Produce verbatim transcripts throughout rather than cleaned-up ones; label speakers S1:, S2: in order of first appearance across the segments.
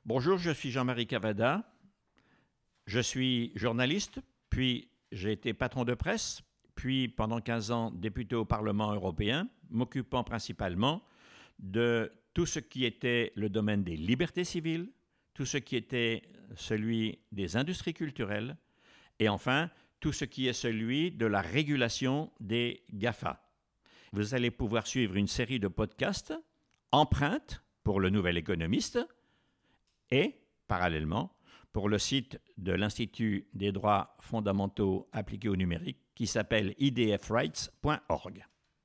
S1: Bonjour, je suis Jean-Marie Cavada. Je suis journaliste, puis j'ai été patron de presse, puis pendant quinze ans député au Parlement européen, m'occupant principalement de tout ce qui était le domaine des libertés civiles, tout ce qui était celui des industries culturelles, et enfin, tout ce qui est celui de la régulation des GAFA. Vous allez pouvoir suivre une série de podcasts, Empreinte pour le Nouvel Économiste, et, parallèlement, pour le site de l'Institut des droits fondamentaux appliqués au numérique, qui s'appelle i d f rights point org.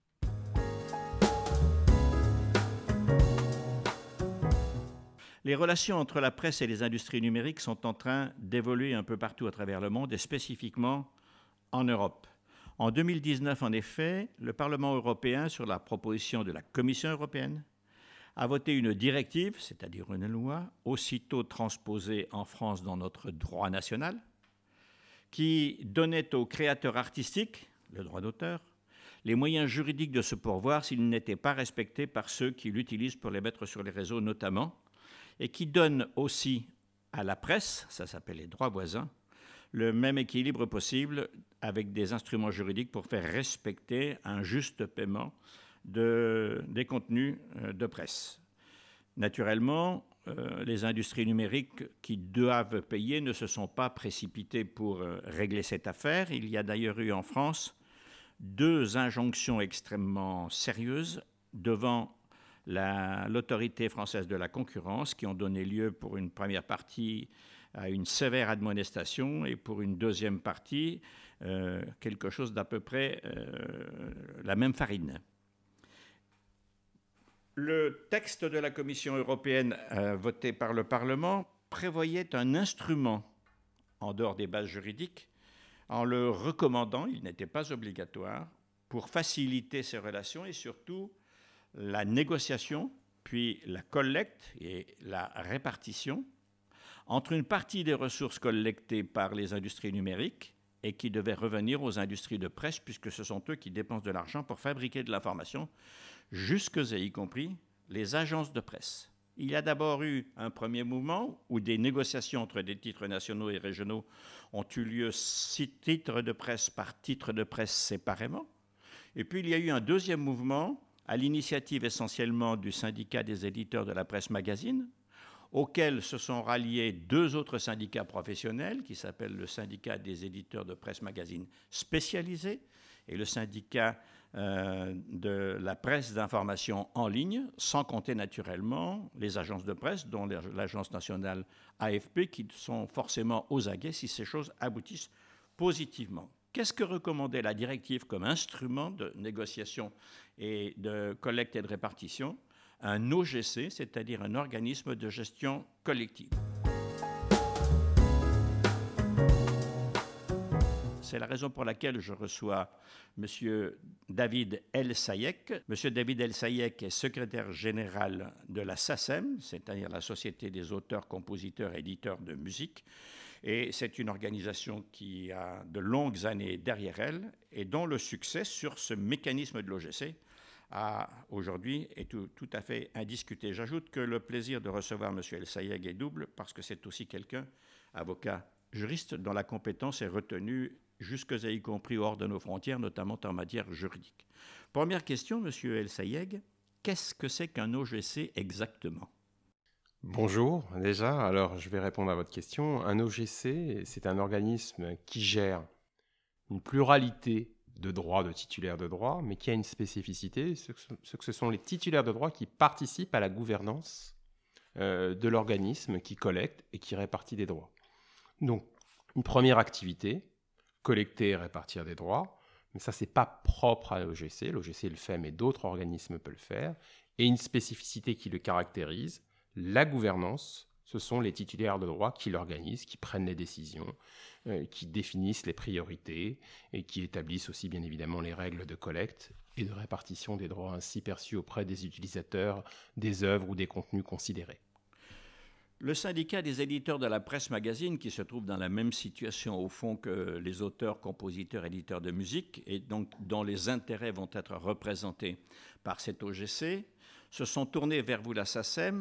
S1: Les relations entre la presse et les industries numériques sont en train d'évoluer un peu partout à travers le monde, et spécifiquement en Europe. En deux mille dix-neuf, en effet, le Parlement européen, sur la proposition de la Commission européenne, a voté une directive, c'est-à-dire une loi, aussitôt transposée en France dans notre droit national, qui donnait aux créateurs artistiques, le droit d'auteur, les moyens juridiques de se pourvoir s'ils n'étaient pas respectés par ceux qui l'utilisent pour les mettre sur les réseaux notamment, et qui donne aussi à la presse, ça s'appelle les droits voisins, le même équilibre possible avec des instruments juridiques pour faire respecter un juste paiement de, des contenus de presse. Naturellement, euh, les industries numériques qui doivent payer ne se sont pas précipitées pour euh, régler cette affaire. Il y a d'ailleurs eu en France deux injonctions extrêmement sérieuses devant la, l'autorité française de la concurrence qui ont donné lieu pour une première partie à une sévère admonestation et pour une deuxième partie euh, quelque chose d'à peu près euh, la même farine. Le texte de la Commission européenne euh, voté par le Parlement prévoyait un instrument en dehors des bases juridiques en le recommandant, il n'était pas obligatoire, pour faciliter ces relations et surtout la négociation, puis la collecte et la répartition entre une partie des ressources collectées par les industries numériques et qui devaient revenir aux industries de presse, puisque ce sont eux qui dépensent de l'argent pour fabriquer de l'information, jusque et y compris les agences de presse. Il y a d'abord eu un premier mouvement où des négociations entre des titres nationaux et régionaux ont eu lieu six titres de presse par titre de presse séparément. Et puis il y a eu un deuxième mouvement à l'initiative essentiellement du syndicat des éditeurs de la presse magazine, auquel se sont ralliés deux autres syndicats professionnels qui s'appellent le syndicat des éditeurs de presse magazine spécialisés et le syndicat euh, de la presse d'information en ligne, sans compter naturellement les agences de presse, dont l'agence nationale A F P, qui sont forcément aux aguets si ces choses aboutissent positivement. Qu'est-ce que recommandait la directive comme instrument de négociation et de collecte et de répartition ? Un O G C, c'est-à-dire un organisme de gestion collective. C'est la raison pour laquelle je reçois M. David El-Sayek. M. David El-Sayek est secrétaire général de la SACEM, c'est-à-dire la Société des auteurs, compositeurs et éditeurs de musique. Et c'est une organisation qui a de longues années derrière elle et dont le succès sur ce mécanisme de l'O G C a, aujourd'hui est tout, tout à fait indiscuté. J'ajoute que le plaisir de recevoir M. El-Sayek est double parce que c'est aussi quelqu'un, avocat juriste, dont la compétence est retenue jusque et y compris hors de nos frontières, notamment en matière juridique. Première question, M. El-Sayek, qu'est-ce que c'est qu'un O G C exactement ?
S2: Bonjour, déjà, alors je vais répondre à votre question. Un O G C, c'est un organisme qui gère une pluralité de droits, de titulaires de droits, mais qui a une spécificité, c'est que ce sont les titulaires de droits qui participent à la gouvernance euh, de l'organisme qui collecte et qui répartit des droits. Donc, une première activité, collecter et répartir des droits, mais ça, c'est pas propre à l'O G C. L'O G C le fait, mais d'autres organismes peuvent le faire. Et une spécificité qui le caractérise, la gouvernance, ce sont les titulaires de droits qui l'organisent, qui prennent les décisions, euh, qui définissent les priorités et qui établissent aussi bien évidemment les règles de collecte et de répartition des droits ainsi perçus auprès des utilisateurs des œuvres ou des contenus considérés.
S1: Le syndicat des éditeurs de la presse magazine, qui se trouve dans la même situation au fond que les auteurs, compositeurs, éditeurs de musique, et donc dont les intérêts vont être représentés par cet O G C, se sont tournés vers vous, la SACEM,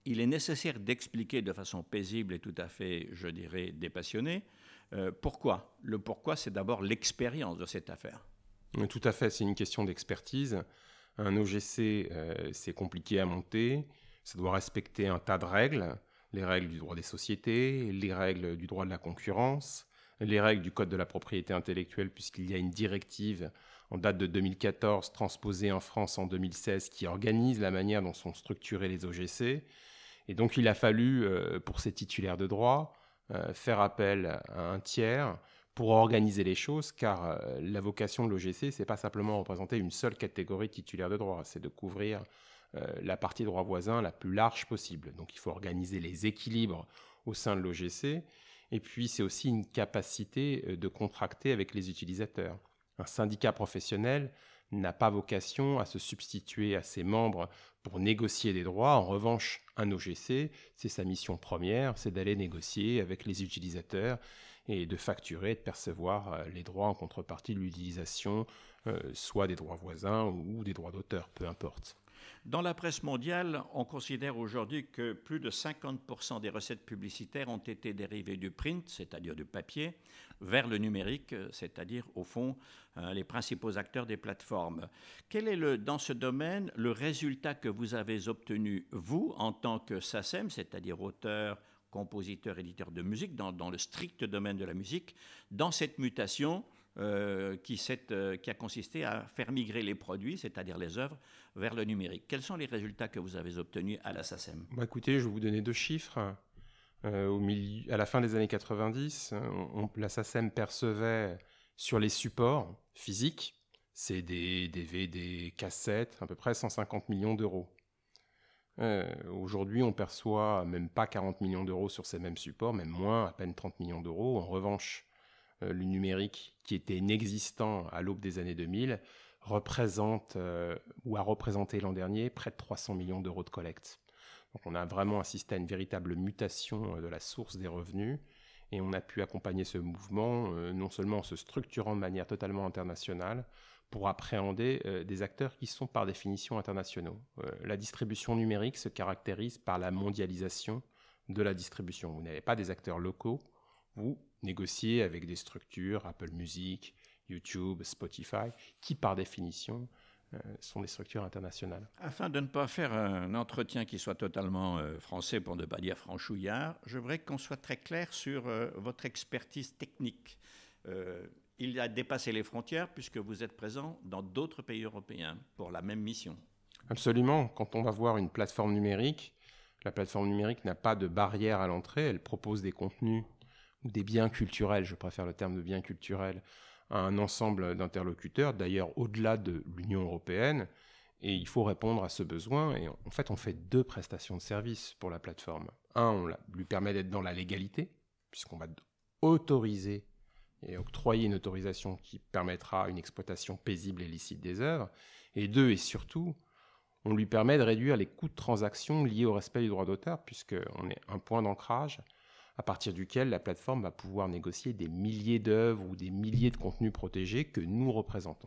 S1: il est nécessaire d'expliquer de façon paisible et tout à fait, je dirais, dépassionnée, euh, pourquoi. Le pourquoi, c'est d'abord l'expérience de cette affaire.
S2: Tout à fait, c'est une question d'expertise. Un O G C, euh, c'est compliqué à monter, ça doit respecter un tas de règles, les règles du droit des sociétés, les règles du droit de la concurrence, les règles du code de la propriété intellectuelle, puisqu'il y a une directive en date de deux mille quatorze, transposée en France en deux mille seize, qui organise la manière dont sont structurés les O G C. Et donc il a fallu, euh, pour ces titulaires de droit, euh, faire appel à un tiers pour organiser les choses, car euh, la vocation de l'O G C, ce n'est pas simplement représenter une seule catégorie de titulaires de droit, c'est de couvrir euh, la partie droit voisin la plus large possible. Donc il faut organiser les équilibres au sein de l'O G C, et puis c'est aussi une capacité de contracter avec les utilisateurs. Un syndicat professionnel n'a pas vocation à se substituer à ses membres pour négocier des droits. En revanche, un O G C, c'est sa mission première, c'est d'aller négocier avec les utilisateurs et de facturer, de percevoir les droits en contrepartie de l'utilisation, euh, soit des droits voisins ou des droits d'auteur, peu importe.
S1: Dans la presse mondiale, on considère aujourd'hui que plus de cinquante pour cent des recettes publicitaires ont été dérivées du print, c'est-à-dire du papier, vers le numérique, c'est-à-dire, au fond, euh, les principaux acteurs des plateformes. Quel est, le, dans ce domaine, le résultat que vous avez obtenu, vous, en tant que SACEM, c'est-à-dire auteur, compositeur, éditeur de musique, dans, dans le strict domaine de la musique, dans cette mutation euh, qui, euh, qui a consisté à faire migrer les produits, c'est-à-dire les œuvres, vers le numérique. Quels sont les résultats que vous avez obtenus à la SACEM ?
S2: Bah, écoutez, je vais vous donner deux chiffres. Euh, au milieu, à la fin des années quatre-vingt-dix, on, la SACEM percevait sur les supports physiques, C D, D V D, cassettes, à peu près cent cinquante millions d'euros. Euh, aujourd'hui, on perçoit même pas quarante millions d'euros sur ces mêmes supports, même moins, à peine trente millions d'euros. En revanche, euh, le numérique, qui était inexistant à l'aube des années deux mille, représente, euh, ou a représenté l'an dernier, près de trois cents millions d'euros de collecte. Donc on a vraiment assisté à une véritable mutation de la source des revenus, et on a pu accompagner ce mouvement, euh, non seulement en se structurant de manière totalement internationale, pour appréhender euh, des acteurs qui sont par définition internationaux. Euh, la distribution numérique se caractérise par la mondialisation de la distribution. Vous n'avez pas des acteurs locaux, vous négociez avec des structures, Apple Music, YouTube, Spotify, qui par définition euh, sont des structures internationales.
S1: Afin de ne pas faire un entretien qui soit totalement euh, français, pour ne pas dire franchouillard, je voudrais qu'on soit très clair sur euh, votre expertise technique. Euh, il a dépassé les frontières puisque vous êtes présent dans d'autres pays européens pour la même mission.
S2: Absolument. Quand on va voir une plateforme numérique, la plateforme numérique n'a pas de barrière à l'entrée. Elle propose des contenus ou des biens culturels, je préfère le terme de biens culturels, à un ensemble d'interlocuteurs, d'ailleurs au-delà de l'Union européenne. Et il faut répondre à ce besoin. Et en fait, on fait deux prestations de services pour la plateforme. Un, on la, lui permet d'être dans la légalité, puisqu'on va autoriser et octroyer une autorisation qui permettra une exploitation paisible et licite des œuvres. Et deux, et surtout, on lui permet de réduire les coûts de transaction liés au respect du droit d'auteur, puisqu'on est un point d'ancrage à partir duquel la plateforme va pouvoir négocier des milliers d'œuvres ou des milliers de contenus protégés que nous représentons.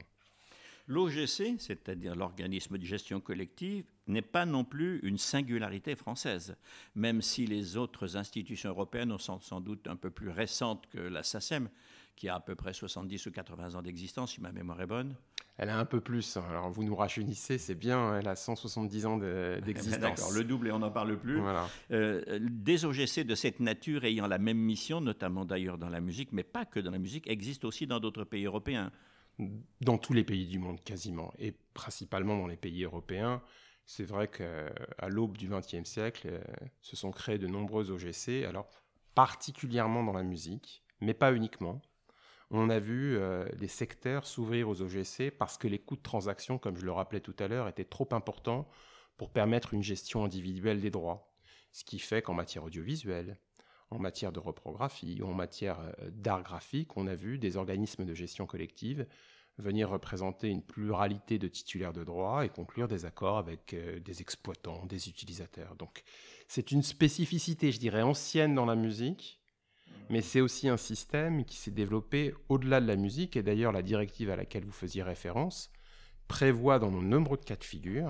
S1: L'O G C, c'est-à-dire l'organisme de gestion collective, n'est pas non plus une singularité française, même si les autres institutions européennes sont sans doute un peu plus récentes que la SACEM, qui a à peu près soixante-dix ou quatre-vingts ans d'existence, si ma mémoire est bonne.
S2: Elle a un peu plus. Alors vous nous rajeunissez, c'est bien, elle a cent soixante-dix ans de, d'existence.
S1: D'accord, le double et on n'en parle plus.
S2: Voilà.
S1: Euh, des O G C de cette nature ayant la même mission, notamment d'ailleurs dans la musique, mais pas que dans la musique, existent aussi dans d'autres pays européens.
S2: Dans tous les pays du monde quasiment, et principalement dans les pays européens. C'est vrai qu'à l'aube du vingtième siècle, euh, se sont créés de nombreux O G C, alors particulièrement dans la musique, mais pas uniquement. On a vu euh, des secteurs s'ouvrir aux O G C parce que les coûts de transaction, comme je le rappelais tout à l'heure, étaient trop importants pour permettre une gestion individuelle des droits. Ce qui fait qu'en matière audiovisuelle, en matière de reprographie ou en matière d'art graphique, on a vu des organismes de gestion collective venir représenter une pluralité de titulaires de droits et conclure des accords avec euh, des exploitants, des utilisateurs. Donc c'est une spécificité, je dirais, ancienne dans la musique, mais c'est aussi un système qui s'est développé au-delà de la musique, et d'ailleurs la directive à laquelle vous faisiez référence prévoit dans de nombreux cas de figure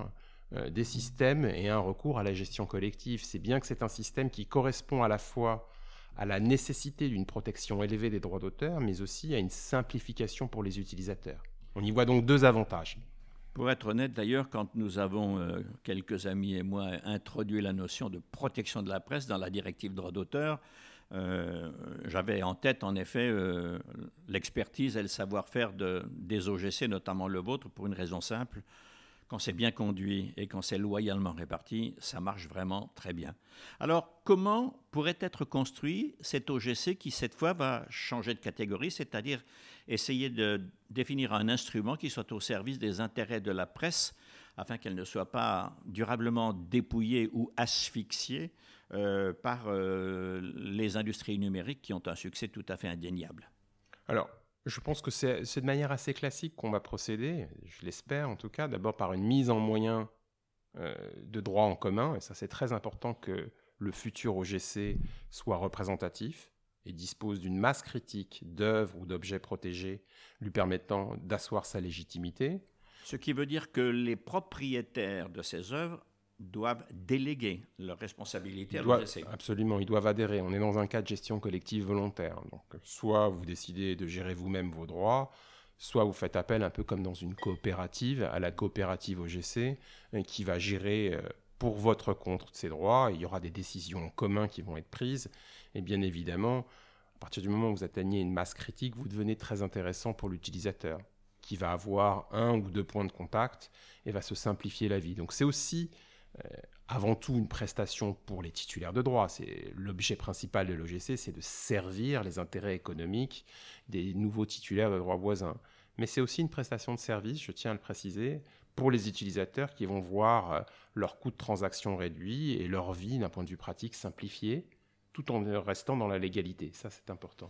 S2: euh, des systèmes et un recours à la gestion collective. C'est bien que c'est un système qui correspond à la fois à la nécessité d'une protection élevée des droits d'auteur, mais aussi à une simplification pour les utilisateurs. On y voit donc deux avantages.
S1: Pour être honnête, d'ailleurs, quand nous avons, euh, quelques amis et moi, introduit la notion de protection de la presse dans la directive droit d'auteur, euh, j'avais en tête, en effet, euh, l'expertise et le savoir-faire de, des O G C, notamment le vôtre, pour une raison simple. Quand c'est bien conduit et quand c'est loyalement réparti, ça marche vraiment très bien. Alors, comment pourrait être construit cet O G C qui, cette fois, va changer de catégorie, c'est-à-dire essayer de définir un instrument qui soit au service des intérêts de la presse, afin qu'elle ne soit pas durablement dépouillée ou asphyxiée euh, par euh, les industries numériques qui ont un succès tout à fait indéniable?
S2: Alors, je pense que c'est, c'est de manière assez classique qu'on va procéder, je l'espère en tout cas, d'abord par une mise en moyen euh, de droits en commun, et ça c'est très important que le futur O G C soit représentatif et dispose d'une masse critique d'œuvres ou d'objets protégés lui permettant d'asseoir sa légitimité.
S1: Ce qui veut dire que les propriétaires de ces œuvres doivent déléguer leurs responsabilités à l'O G C.
S2: Absolument, ils doivent adhérer. On est dans un cas de gestion collective volontaire. Donc, soit vous décidez de gérer vous-même vos droits, soit vous faites appel, un peu comme dans une coopérative, à la coopérative O G C, qui va gérer pour votre compte ces droits. Il y aura des décisions en commun qui vont être prises. Et bien évidemment, à partir du moment où vous atteignez une masse critique, vous devenez très intéressant pour l'utilisateur, qui va avoir un ou deux points de contact et va se simplifier la vie. Donc c'est aussi euh, avant tout une prestation pour les titulaires de droits. C'est l'objet principal de l'O G C, c'est de servir les intérêts économiques des nouveaux titulaires de droits voisins. Mais c'est aussi une prestation de service, je tiens à le préciser, pour les utilisateurs qui vont voir euh, leur coût de transaction réduit et leur vie, d'un point de vue pratique, simplifiée, tout en restant dans la légalité. Ça, c'est important.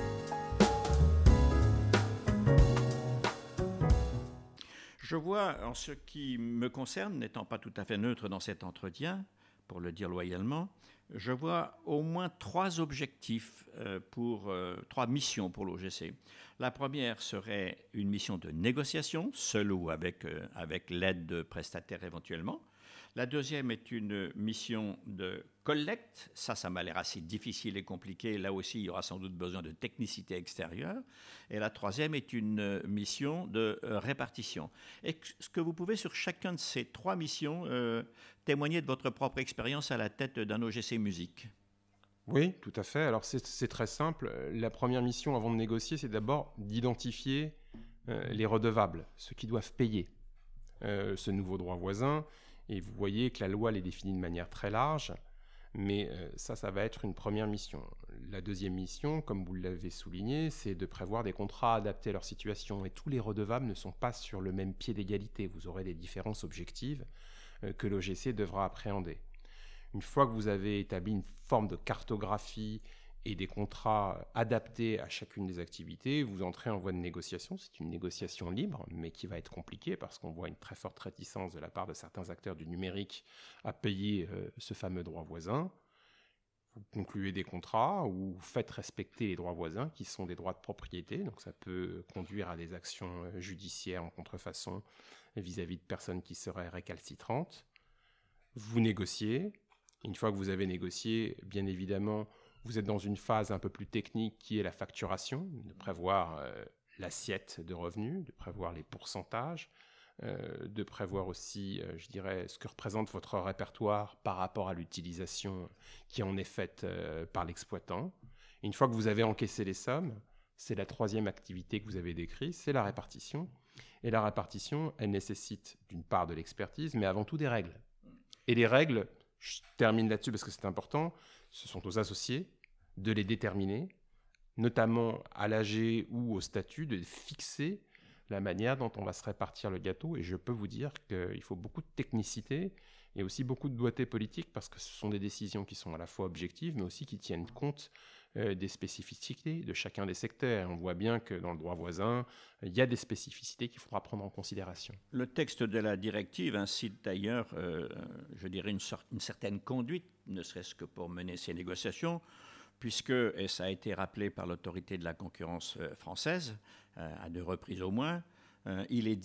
S1: Je vois, en ce qui me concerne, n'étant pas tout à fait neutre dans cet entretien, pour le dire loyalement, je vois au moins trois objectifs, euh, pour, euh, trois missions pour l'O G C. La première serait une mission de négociation, seule ou avec, euh, avec l'aide de prestataires éventuellement. La deuxième est une mission de collecte. Ça, ça m'a l'air assez difficile et compliqué. Là aussi, il y aura sans doute besoin de technicité extérieure. Et la troisième est une mission de répartition. Est-ce que vous pouvez, sur chacune de ces trois missions, euh, témoigner de votre propre expérience à la tête d'un O G C musique?
S2: Oui, tout à fait. Alors, c'est, c'est très simple. La première mission, avant de négocier, c'est d'abord d'identifier euh, les redevables, ceux qui doivent payer euh, ce nouveau droit voisin. Et vous voyez que la loi les définit de manière très large, mais euh, ça, ça va être une première mission. La deuxième mission, comme vous l'avez souligné, c'est de prévoir des contrats adaptés à leur situation. Et tous les redevables ne sont pas sur le même pied d'égalité. Vous aurez des différences objectives euh, que l'O G C devra appréhender. Une fois que vous avez établi une forme de cartographie et des contrats adaptés à chacune des activités, vous entrez en voie de négociation. C'est une négociation libre, mais qui va être compliquée parce qu'on voit une très forte réticence de la part de certains acteurs du numérique à payer euh, ce fameux droit voisin. Vous concluez des contrats ou vous faites respecter les droits voisins qui sont des droits de propriété. Donc ça peut conduire à des actions judiciaires en contrefaçon vis-à-vis de personnes qui seraient récalcitrantes. Vous négociez. Une fois que vous avez négocié, bien évidemment, vous êtes dans une phase un peu plus technique qui est la facturation, de prévoir euh, l'assiette de revenus, de prévoir les pourcentages, euh, de prévoir aussi, euh, je dirais, ce que représente votre répertoire par rapport à l'utilisation qui en est faite euh, par l'exploitant. Une fois que vous avez encaissé les sommes, c'est la troisième activité que vous avez décrite, c'est la répartition. Et la répartition, elle nécessite d'une part de l'expertise, mais avant tout des règles. Et les règles, je termine là-dessus parce que c'est important, ce sont aux associés de les déterminer, notamment à l'A G ou au statut, de fixer la manière dont on va se répartir le gâteau. Et je peux vous dire qu'il faut beaucoup de technicité et aussi beaucoup de doigté politique parce que ce sont des décisions qui sont à la fois objectives, mais aussi qui tiennent compte euh, des spécificités de chacun des secteurs. On voit bien que dans le droit voisin, il y a des spécificités qu'il faudra prendre en considération.
S1: Le texte de la directive incite d'ailleurs, euh, je dirais, une, sorte, une certaine conduite, ne serait-ce que pour mener ces négociations, puisque, et ça a été rappelé par l'autorité de la concurrence française, euh, à deux reprises au moins, euh, il est dit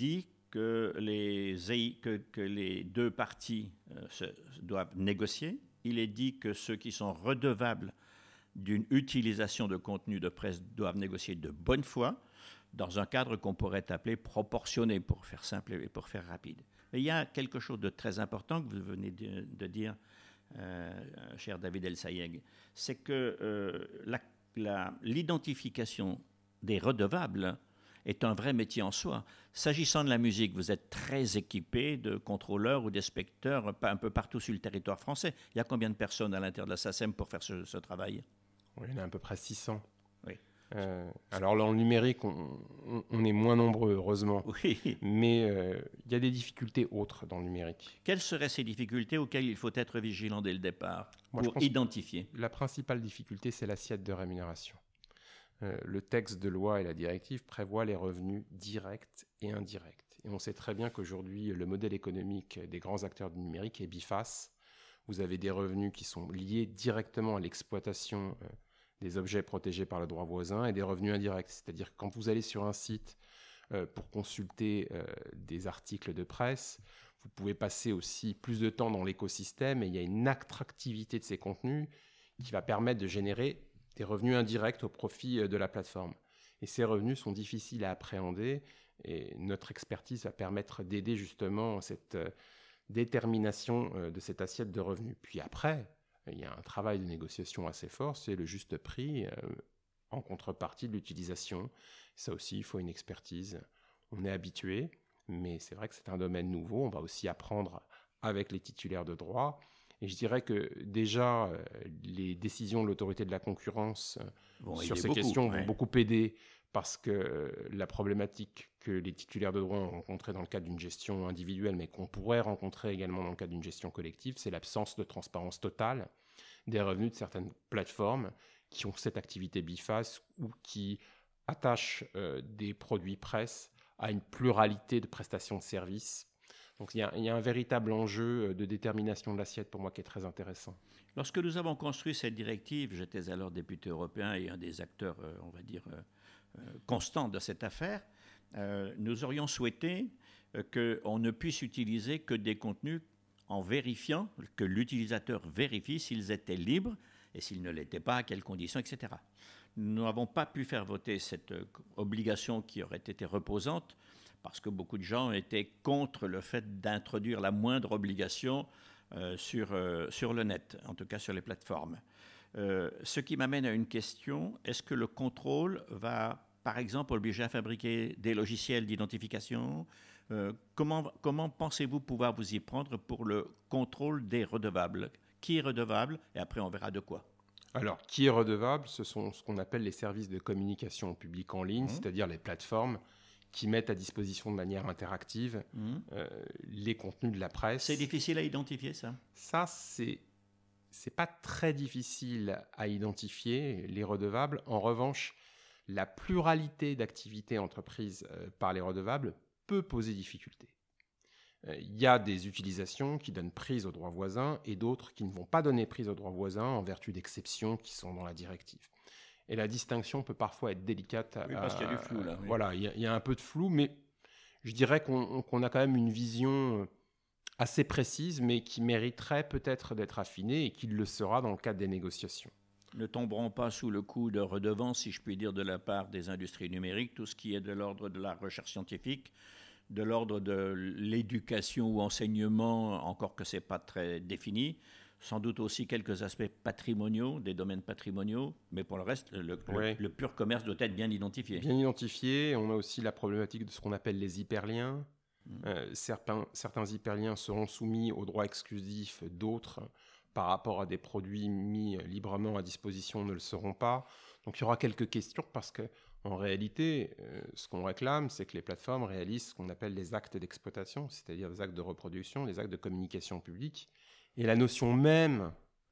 S1: que les, que, que les deux parties euh, se, doivent négocier. Il est dit que ceux qui sont redevables d'une utilisation de contenu de presse doivent négocier de bonne foi dans un cadre qu'on pourrait appeler proportionné, pour faire simple et pour faire rapide. Mais il y a quelque chose de très important que vous venez de, de dire, euh, cher David El-Sayeg, c'est que euh, la, la, l'identification des redevables est un vrai métier en soi. S'agissant de la musique, vous êtes très équipé de contrôleurs ou d'inspecteurs un peu partout sur le territoire français. Il y a combien de personnes à l'intérieur de la SACEM pour faire ce, ce travail ?
S2: Oui, il y en a à peu près six cents.
S1: Oui.
S2: Euh, alors, dans le numérique, on, on, on est moins nombreux, heureusement.
S1: Oui.
S2: Mais euh, il y a des difficultés autres dans le numérique.
S1: Quelles seraient ces difficultés auxquelles il faut être vigilant dès le départ
S2: Moi,
S1: pour identifier ?
S2: La principale difficulté, c'est l'assiette de rémunération. Euh, le texte de loi et la directive prévoient les revenus directs et indirects. Et on sait très bien qu'aujourd'hui, le modèle économique des grands acteurs du numérique est biface. Vous avez des revenus qui sont liés directement à l'exploitation euh, des objets protégés par le droit voisin et des revenus indirects. C'est-à-dire que quand vous allez sur un site euh, pour consulter euh, des articles de presse, vous pouvez passer aussi plus de temps dans l'écosystème et il y a une attractivité de ces contenus qui va permettre de générer des revenus indirects au profit de la plateforme. Et ces revenus sont difficiles à appréhender et notre expertise va permettre d'aider justement cette euh, détermination euh, de cette assiette de revenus. Puis après, il y a un travail de négociation assez fort, c'est le juste prix euh, en contrepartie de l'utilisation. Ça aussi, il faut une expertise. On est habitué, mais c'est vrai que c'est un domaine nouveau. On va aussi apprendre avec les titulaires de droit. Et je dirais que déjà, euh, les décisions de l'autorité de la concurrence euh, sur ces
S1: beaucoup,
S2: questions
S1: ouais.
S2: vont beaucoup aider parce que euh, la problématique que les titulaires de droit ont rencontrée dans le cadre d'une gestion individuelle, mais qu'on pourrait rencontrer également dans le cadre d'une gestion collective, c'est l'absence de transparence totale des revenus de certaines plateformes qui ont cette activité biface ou qui attachent euh, des produits presse à une pluralité de prestations de services. Donc il y, a, il y a un véritable enjeu de détermination de l'assiette pour moi qui est très intéressant.
S1: Lorsque nous avons construit cette directive, j'étais alors député européen et un des acteurs, euh, on va dire, euh, euh, constants de cette affaire, euh, nous aurions souhaité euh, qu'on ne puisse utiliser que des contenus en vérifiant que l'utilisateur vérifie s'ils étaient libres et s'ils ne l'étaient pas, à quelles conditions, et cetera. Nous n'avons pas pu faire voter cette euh, obligation qui aurait été reposante parce que beaucoup de gens étaient contre le fait d'introduire la moindre obligation euh, sur, euh, sur le net, en tout cas sur les plateformes. Euh, ce qui m'amène à une question, est-ce que le contrôle va, par exemple, obliger à fabriquer des logiciels d'identification ? euh, comment, comment pensez-vous pouvoir vous y prendre pour le contrôle des redevables ? Qui est redevable ? Et après, on verra de quoi.
S2: Alors, qui est redevable ? Ce sont ce qu'on appelle les services de communication publique en ligne, mmh. c'est-à-dire les plateformes qui mettent à disposition de manière interactive mmh. euh, les contenus de la presse.
S1: C'est difficile à identifier, ça ?
S2: Ça, c'est, c'est pas très difficile à identifier, les redevables. En revanche, la pluralité d'activités entreprises euh, par les redevables peut poser difficulté. Euh, il y a des utilisations qui donnent prise au droit voisin et d'autres qui ne vont pas donner prise au droit voisin en vertu d'exceptions qui sont dans la directive. Et la distinction peut parfois être délicate.
S1: Oui, parce qu'il y a du flou, là. Oui.
S2: Voilà, il y, a, il y a un peu de flou, mais je dirais qu'on, qu'on a quand même une vision assez précise, mais qui mériterait peut-être d'être affinée et qui le sera dans le cadre des négociations.
S1: Ne tomberont pas sous le coup de redevance, si je puis dire, de la part des industries numériques, tout ce qui est de l'ordre de la recherche scientifique, de l'ordre de l'éducation ou enseignement, encore que ce n'est pas très défini, sans doute aussi quelques aspects patrimoniaux, des domaines patrimoniaux, mais pour le reste, le, oui. le, le pur commerce doit être bien identifié.
S2: Bien identifié. On a aussi la problématique de ce qu'on appelle les hyperliens. Mmh. Euh, certains, certains hyperliens seront soumis aux droits exclusifs, d'autres, par rapport à des produits mis librement à disposition, ne le seront pas. Donc il y aura quelques questions parce que en réalité, euh, ce qu'on réclame, c'est que les plateformes réalisent ce qu'on appelle les actes d'exploitation, c'est-à-dire les actes de reproduction, les actes de communication publique. Et la notion même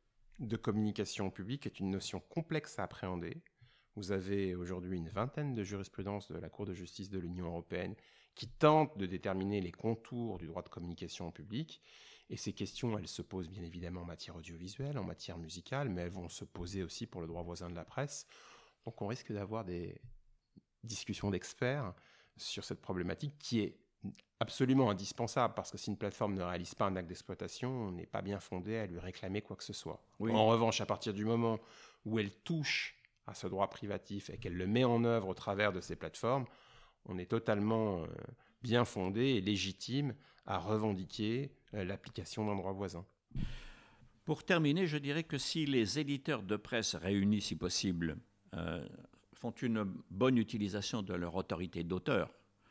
S2: de communication publique est une notion complexe à appréhender. Vous avez aujourd'hui une vingtaine de jurisprudences de la Cour de justice de l'Union européenne qui tentent de déterminer les contours du droit de communication publique. Et ces questions, elles se posent bien évidemment en matière audiovisuelle, en matière musicale, mais elles vont se poser aussi pour le droit voisin de la presse. Donc on risque d'avoir des discussions d'experts sur cette problématique qui est absolument indispensable, parce que si une plateforme ne réalise pas un acte d'exploitation, on n'est pas bien fondé à lui réclamer quoi que ce soit. Oui. En revanche, à partir du moment où elle touche à ce droit privatif et qu'elle le met en œuvre au travers de ces plateformes, on est totalement euh, bien fondé et légitime à revendiquer euh, l'application d'un droit voisin.
S1: Pour terminer, je dirais que si les éditeurs de presse réunis, si possible, euh, font une bonne utilisation de leur autorité d'auteur,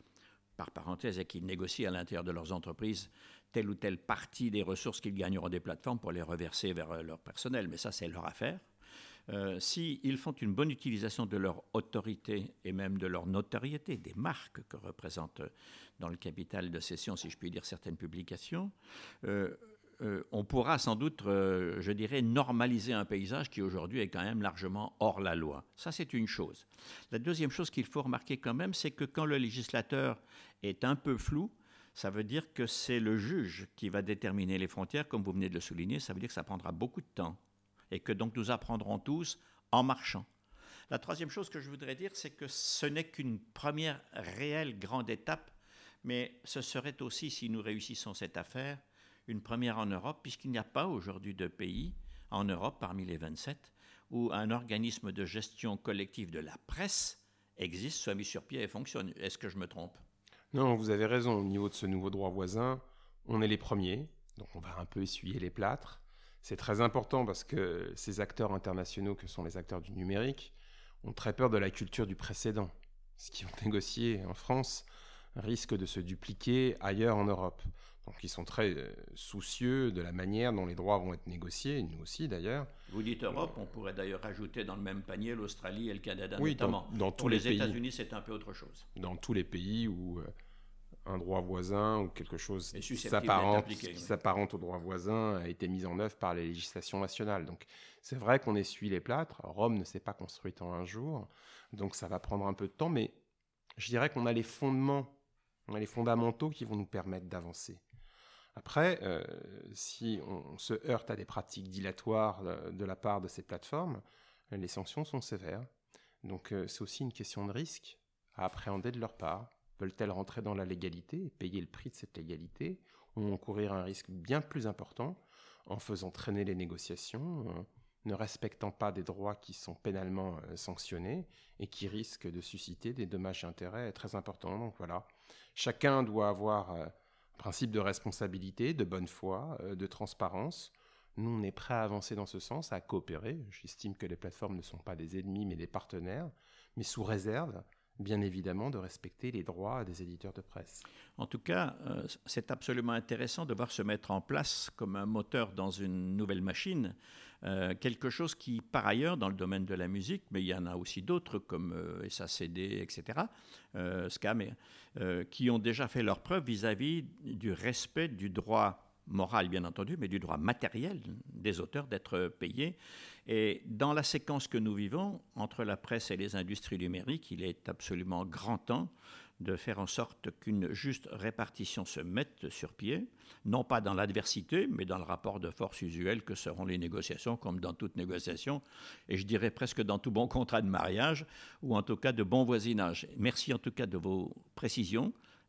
S1: par parenthèse, et qu'ils négocient à l'intérieur de leurs entreprises telle ou telle partie des ressources qu'ils gagneront des plateformes pour les reverser vers leur personnel, mais ça, c'est leur affaire. Euh, S'ils font une bonne utilisation de leur autorité et même de leur notoriété, des marques que représentent dans le capital de cession, si je puis dire, certaines publications, euh, euh, on pourra sans doute, euh, je dirais, normaliser un paysage qui aujourd'hui est quand même largement hors la loi. Ça, c'est une chose. La deuxième chose qu'il faut remarquer quand même, c'est que quand le législateur est un peu flou, ça veut dire que c'est le juge qui va déterminer les frontières, comme vous venez de le souligner, ça veut dire que ça prendra beaucoup de temps. Et que donc nous apprendrons tous en marchant. La troisième chose que je voudrais dire, c'est que ce n'est qu'une première réelle grande étape, mais ce serait aussi, si nous réussissons cette affaire, une première en Europe, puisqu'il n'y a pas aujourd'hui de pays en Europe, parmi les vingt-sept, où un organisme de gestion collective de la presse existe, soit mis sur pied et fonctionne. Est-ce que je me trompe ?
S2: Non, vous avez raison. Au niveau de ce nouveau droit voisin, on est les premiers, donc on va un peu essuyer les plâtres. C'est très important parce que ces acteurs internationaux que sont les acteurs du numérique ont très peur de la culture du précédent. Ce qu'ils ont négocié en France risque de se dupliquer ailleurs en Europe. Donc ils sont très soucieux de la manière dont les droits vont être négociés, nous aussi d'ailleurs.
S1: Vous dites Europe, on pourrait d'ailleurs rajouter dans le même panier l'Australie et le Canada
S2: oui,
S1: notamment.
S2: Dans, dans tous
S1: Pour
S2: les,
S1: les
S2: pays,
S1: États-Unis, c'est un peu autre chose.
S2: Dans tous les pays où euh, un droit voisin ou quelque chose qui
S1: oui.
S2: s'apparente au droit voisin a été mis en œuvre par les législations nationales. Donc c'est vrai qu'on essuie les plâtres. Rome ne s'est pas construite en un jour, donc ça va prendre un peu de temps, mais je dirais qu'on a les fondements, on a les fondamentaux qui vont nous permettre d'avancer. Après, euh, si on se heurte à des pratiques dilatoires de, de la part de ces plateformes, les sanctions sont sévères. Donc euh, c'est aussi une question de risque à appréhender de leur part. Veulent-elles rentrer dans la légalité et payer le prix de cette légalité, ou encourir un risque bien plus important en faisant traîner les négociations, euh, ne respectant pas des droits qui sont pénalement euh, sanctionnés et qui risquent de susciter des dommages et intérêts très importants. Donc voilà, chacun doit avoir euh, un principe de responsabilité, de bonne foi, euh, de transparence. Nous, on est prêts à avancer dans ce sens, à coopérer. J'estime que les plateformes ne sont pas des ennemis, mais des partenaires, mais sous réserve, bien évidemment, de respecter les droits des éditeurs de presse.
S1: En tout cas, euh, c'est absolument intéressant de voir se mettre en place comme un moteur dans une nouvelle machine, euh, quelque chose qui, par ailleurs, dans le domaine de la musique, mais il y en a aussi d'autres comme euh, S A C D, et cetera, euh, S C A, mais, euh, qui ont déjà fait leur preuve vis-à-vis du respect du droit moral, bien entendu, mais du droit matériel des auteurs d'être payés. Et dans la séquence que nous vivons, entre la presse et les industries numériques, il est absolument grand temps de faire en sorte qu'une juste répartition se mette sur pied, non pas dans l'adversité, mais dans le rapport de force usuel que seront les négociations, comme dans toute négociation, et je dirais presque dans tout bon contrat de mariage, ou en tout cas de bon voisinage. Merci en tout cas de vos précisions.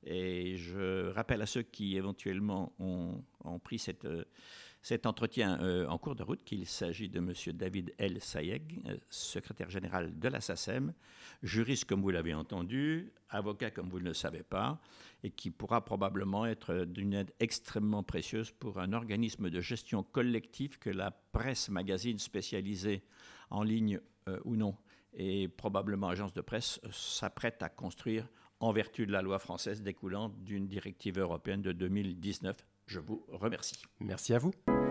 S1: Et je rappelle à ceux qui éventuellement ont, ont pris cette, euh, cet entretien euh, en cours de route qu'il s'agit de M. David L. Sayeg, euh, secrétaire général de la SACEM, juriste comme vous l'avez entendu, avocat comme vous ne le savez pas, et qui pourra probablement être d'une aide extrêmement précieuse pour un organisme de gestion collective que la presse magazine spécialisée en ligne euh, ou non, et probablement agence de presse, s'apprête à construire en vertu de la loi française découlant d'une directive européenne de deux mille dix-neuf. Je vous remercie.
S2: Merci à vous.